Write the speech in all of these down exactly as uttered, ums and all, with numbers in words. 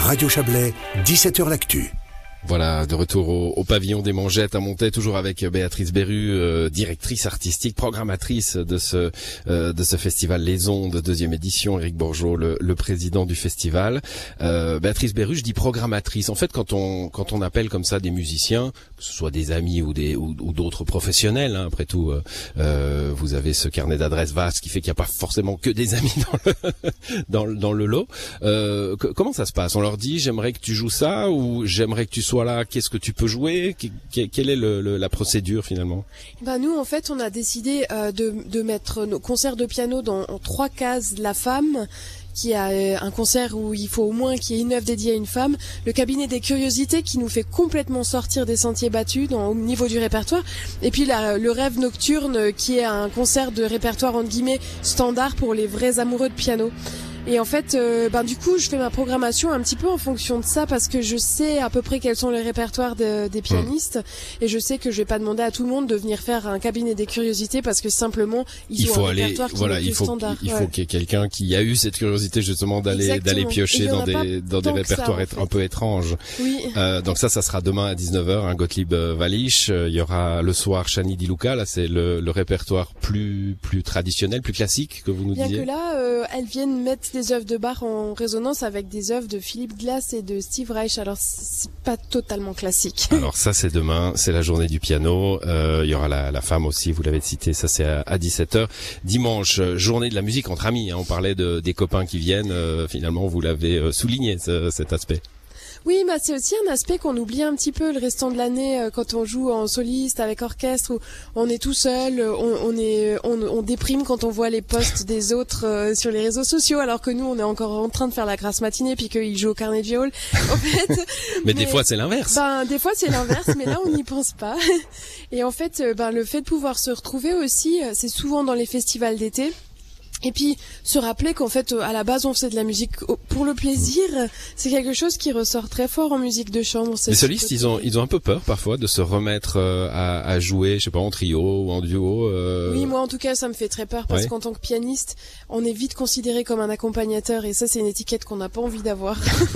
Radio Chablais, dix-sept heures l'actu. Voilà, de retour au, au pavillon des Mangettes à Montaix, toujours avec Béatrice Berru, euh, directrice artistique, programmatrice de ce euh, de ce festival Les Ondes, deuxième édition. Éric Bourgeot, le, le président du festival. Euh, Béatrice Berru, je dis programmatrice. En fait, quand on quand on appelle comme ça des musiciens, que ce soit des amis ou des ou, ou d'autres professionnels, hein, après tout, euh, euh, vous avez ce carnet d'adresses vaste qui fait qu'il n'y a pas forcément que des amis dans le dans, le, dans le lot. Euh, que, comment ça se passe? On leur dit j'aimerais que tu joues ça ou j'aimerais que tu sois là, qu'est-ce que tu peux jouer? Quelle est le, le, la procédure finalement? Ben nous en fait on a décidé euh, de, de mettre nos concerts de piano dans en trois cases. La femme, qui a euh, un concert où il faut au moins qu'il y ait une œuvre dédiée à une femme, le cabinet des curiosités qui nous fait complètement sortir des sentiers battus dans, au niveau du répertoire, et puis la, le rêve nocturne qui est un concert de répertoire entre guillemets standard pour les vrais amoureux de piano. Et en fait, euh, ben du coup, je fais ma programmation un petit peu en fonction de ça parce que je sais à peu près quels sont les répertoires de, des pianistes mmh. et je sais que je vais pas demander à tout le monde de venir faire un cabinet des curiosités parce que simplement ils il ont faut un aller, répertoire qui voilà, est il faut, standard. Il ouais. faut qu'il y ait quelqu'un qui a eu cette curiosité justement d'aller Exactement. d'aller piocher dans des dans des répertoires ça, en fait. un peu étranges. Oui. Euh, donc ça, ça sera demain à dix-neuf heures, hein, Gottlieb Wallisch. Euh, il y aura le soir Chani Di Luca. Là, c'est le, le répertoire plus plus traditionnel, plus classique que vous nous Bien disiez. Bien que là, euh, elles viennent mettre des œuvres de Bach en en résonance avec des œuvres de Philippe Glass et de Steve Reich. Alors c'est pas totalement classique. Alors ça c'est demain, c'est la journée du piano. Euh, il y aura la, la femme aussi, vous l'avez cité, ça c'est à, à dix-sept heures. Dimanche, journée de la musique entre amis. Hein, on parlait de des copains qui viennent. Euh, finalement, vous l'avez euh, souligné ce, cet aspect. Oui, bah c'est aussi un aspect qu'on oublie un petit peu le restant de l'année euh, quand on joue en soliste avec orchestre où on est tout seul, on, on est, on, on déprime quand on voit les posts des autres euh, sur les réseaux sociaux, alors que nous on est encore en train de faire la grasse matinée puis qu'ils jouent au Carnegie Hall. En fait, mais, mais des fois c'est l'inverse. Ben des fois c'est l'inverse, mais là on n'y pense pas. Et en fait, euh, ben le fait de pouvoir se retrouver aussi, c'est souvent dans les festivals d'été. Et puis se rappeler qu'en fait à la base on faisait de la musique pour le plaisir, c'est quelque chose qui ressort très fort en musique de chambre. Les solistes ils ont ils ont un peu peur parfois de se remettre à, à jouer, je sais pas, en trio ou en duo. Euh... Oui, moi en tout cas ça me fait très peur parce ouais. qu'en tant que pianiste on est vite considéré comme un accompagnateur et ça c'est une étiquette qu'on n'a pas envie d'avoir.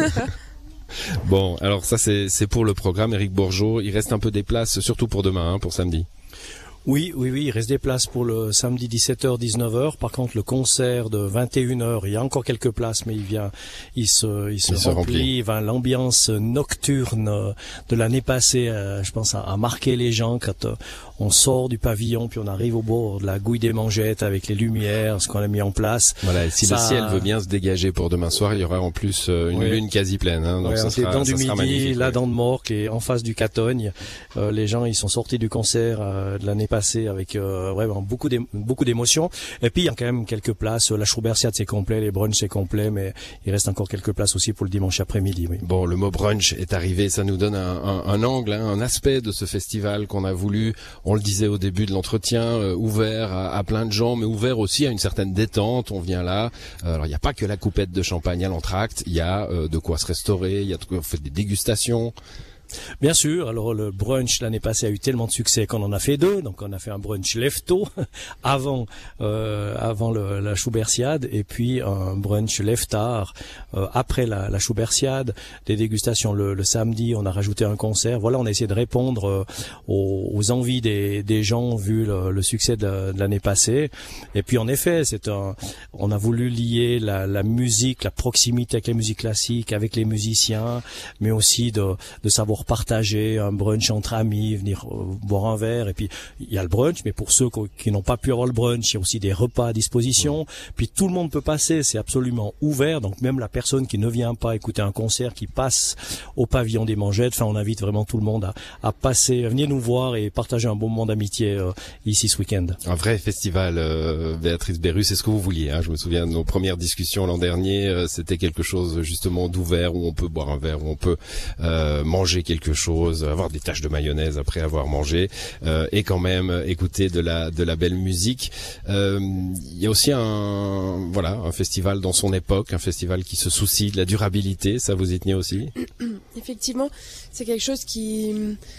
Bon, alors ça c'est c'est pour le programme. Éric Bourgeot, il reste un peu des places surtout pour demain, hein, pour samedi. Oui, oui, oui, il reste des places pour le samedi dix-sept heures dix-neuf heures. Par contre, le concert de vingt et une heures, il y a encore quelques places, mais il vient, il se, il se il remplit. Se remplit. L'ambiance nocturne de l'année passée, euh, je pense, a, a marqué les gens quand euh, on sort du pavillon puis on arrive au bord de la Gouille des Mangettes avec les lumières, ce qu'on a mis en place. Voilà. Et si ça... le ciel veut bien se dégager pour demain soir, il y aura en plus euh, une oui. lune quasi pleine. Hein, donc ouais, ça sera, dans ça du sera midi, là oui. dans de Morques et en face du Catogne, euh, les gens ils sont sortis du concert euh, de l'année passée avec euh, vraiment beaucoup d'é- beaucoup d'émotions. Et puis il y a quand même quelques places. La Schubertiade c'est complet, les brunchs c'est complet, mais il reste encore quelques places aussi pour le dimanche après-midi. Oui. Bon, le mot brunch est arrivé, ça nous donne un, un, un angle, hein, un aspect de ce festival qu'on a voulu, on le disait au début de l'entretien, euh, ouvert à, à plein de gens, mais ouvert aussi à une certaine détente. On vient là, euh, alors il n'y a pas que la coupette de champagne à l'entracte, il y a euh, de quoi se restaurer, il y a de quoi, on fait des dégustations. Bien sûr, alors le brunch l'année passée a eu tellement de succès qu'on en a fait deux, donc on a fait un brunch lève-tôt avant euh, avant le, la Schubertiade et puis un brunch lève-tard euh, après la, la Schubertiade, des dégustations le, le samedi, on a rajouté un concert. Voilà, on a essayé de répondre euh, aux, aux envies des, des gens vu le, le succès de, de l'année passée. Et puis en effet, c'est un, on a voulu lier la, la musique, la proximité avec les musiques classiques, avec les musiciens, mais aussi de, de savoir partager un brunch entre amis, venir euh, boire un verre. Et puis il y a le brunch, mais pour ceux qui n'ont pas pu avoir le brunch, il y a aussi des repas à disposition. Mmh. Puis tout le monde peut passer, c'est absolument ouvert. Donc même la personne qui ne vient pas écouter un concert, qui passe au pavillon des Mangettes, enfin on invite vraiment tout le monde à, à passer, à venir nous voir et partager un bon moment d'amitié euh, ici ce week-end. Un vrai festival, euh, Béatrice Berru, c'est ce que vous vouliez. Hein. Je me souviens de nos premières discussions l'an dernier, euh, c'était quelque chose justement d'ouvert où on peut boire un verre, où on peut euh, manger quelque chose, avoir des taches de mayonnaise après avoir mangé, euh, et quand même écouter de la de la belle musique. Euh, il y a aussi un voilà un festival dans son époque, un festival qui se soucie de la durabilité. Ça vous y tenez aussi? Effectivement, c'est quelque chose qui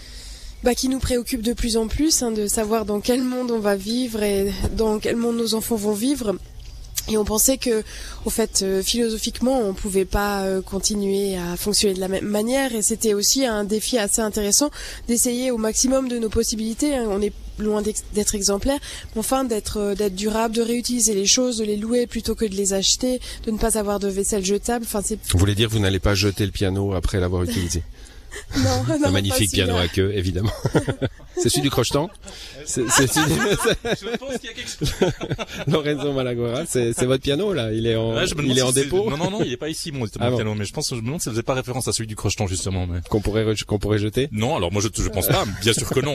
bah, qui nous préoccupe de plus en plus, hein, de savoir dans quel monde on va vivre et dans quel monde nos enfants vont vivre. Et on pensait que, au fait, euh, philosophiquement, on pouvait pas euh, continuer à fonctionner de la même manière. Et c'était aussi un défi assez intéressant d'essayer au maximum de nos possibilités. Hein. On est loin d'être exemplaire, mais enfin d'être euh, d'être durable, de réutiliser les choses, de les louer plutôt que de les acheter, de ne pas avoir de vaisselle jetable. Enfin, c'est. Vous voulez dire que vous n'allez pas jeter le piano après l'avoir utilisé? Non, non, un magnifique piano à queue, évidemment. C'est celui du crocheton. C'est, c'est celui du... Je pense qu'il y a quelque chose. Lorenzo Malaguerra, c'est, c'est votre piano là. Il est en, ouais, il est en dépôt. C'est... Non, non, non, il est pas ici mon, mon ah, piano, bon. mais je pense, je me demande si ça faisait pas référence à celui du crocheton justement. Mais... Qu'on pourrait, qu'on pourrait jeter. Non, alors moi je, je pense pas. Bien sûr que non.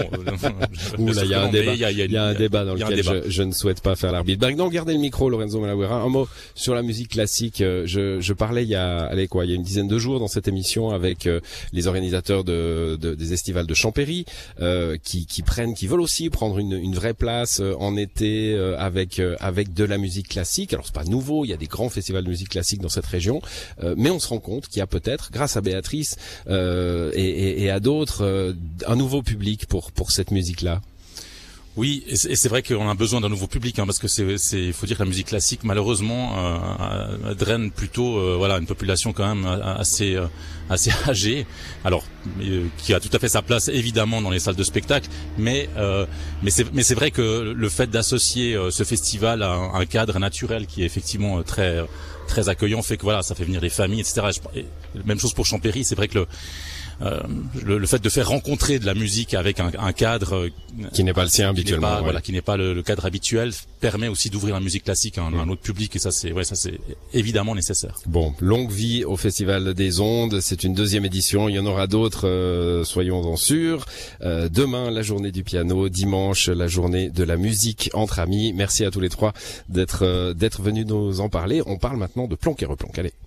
Ouh là, il y a un débat. Il y a, y a un débat dans lequel je, je ne souhaite pas faire l'arbitre. Ben, donc, gardez le micro, Lorenzo Malaguerra. Un mot sur la musique classique. Je, je parlais il y a, allez quoi, il y a une dizaine de jours dans cette émission avec euh, les organisateurs de, de des estivales de Champéry, euh, qui, qui prennent, qui veulent aussi prendre une, une vraie place euh, en été euh, avec euh, avec de la musique classique. Alors c'est pas nouveau, il y a des grands festivals de musique classique dans cette région, euh, mais on se rend compte qu'il y a peut-être, grâce à Béatrice euh, et, et, et à d'autres, euh, un nouveau public pour pour cette musique-là. Oui, et c'est vrai qu'on a besoin d'un nouveau public, hein, parce que c'est, c'est, il faut dire que la musique classique, malheureusement, euh, draine plutôt, euh, voilà, une population quand même assez, euh, assez âgée. Alors, euh, qui a tout à fait sa place évidemment dans les salles de spectacle, mais, euh, mais c'est, mais c'est vrai que le fait d'associer euh, ce festival à un, un cadre naturel qui est effectivement très, très accueillant fait que voilà, ça fait venir les familles, et cetera. Et même chose pour Champéry, c'est vrai que le Euh, le, le fait de faire rencontrer de la musique avec un, un cadre euh, qui n'est pas le sien habituellement, pas, ouais. voilà, qui n'est pas le, le cadre habituel, permet aussi d'ouvrir la musique classique à un, mmh. un autre public, et ça c'est, ouais, ça c'est évidemment nécessaire. Bon, longue vie au Festival des Ondes, c'est une deuxième édition, il y en aura d'autres, euh, soyons-en sûrs. Euh, demain, la journée du piano, dimanche, la journée de la musique entre amis. Merci à tous les trois d'être euh, d'être venus nous en parler. On parle maintenant de Plonk et Replonk. Allez.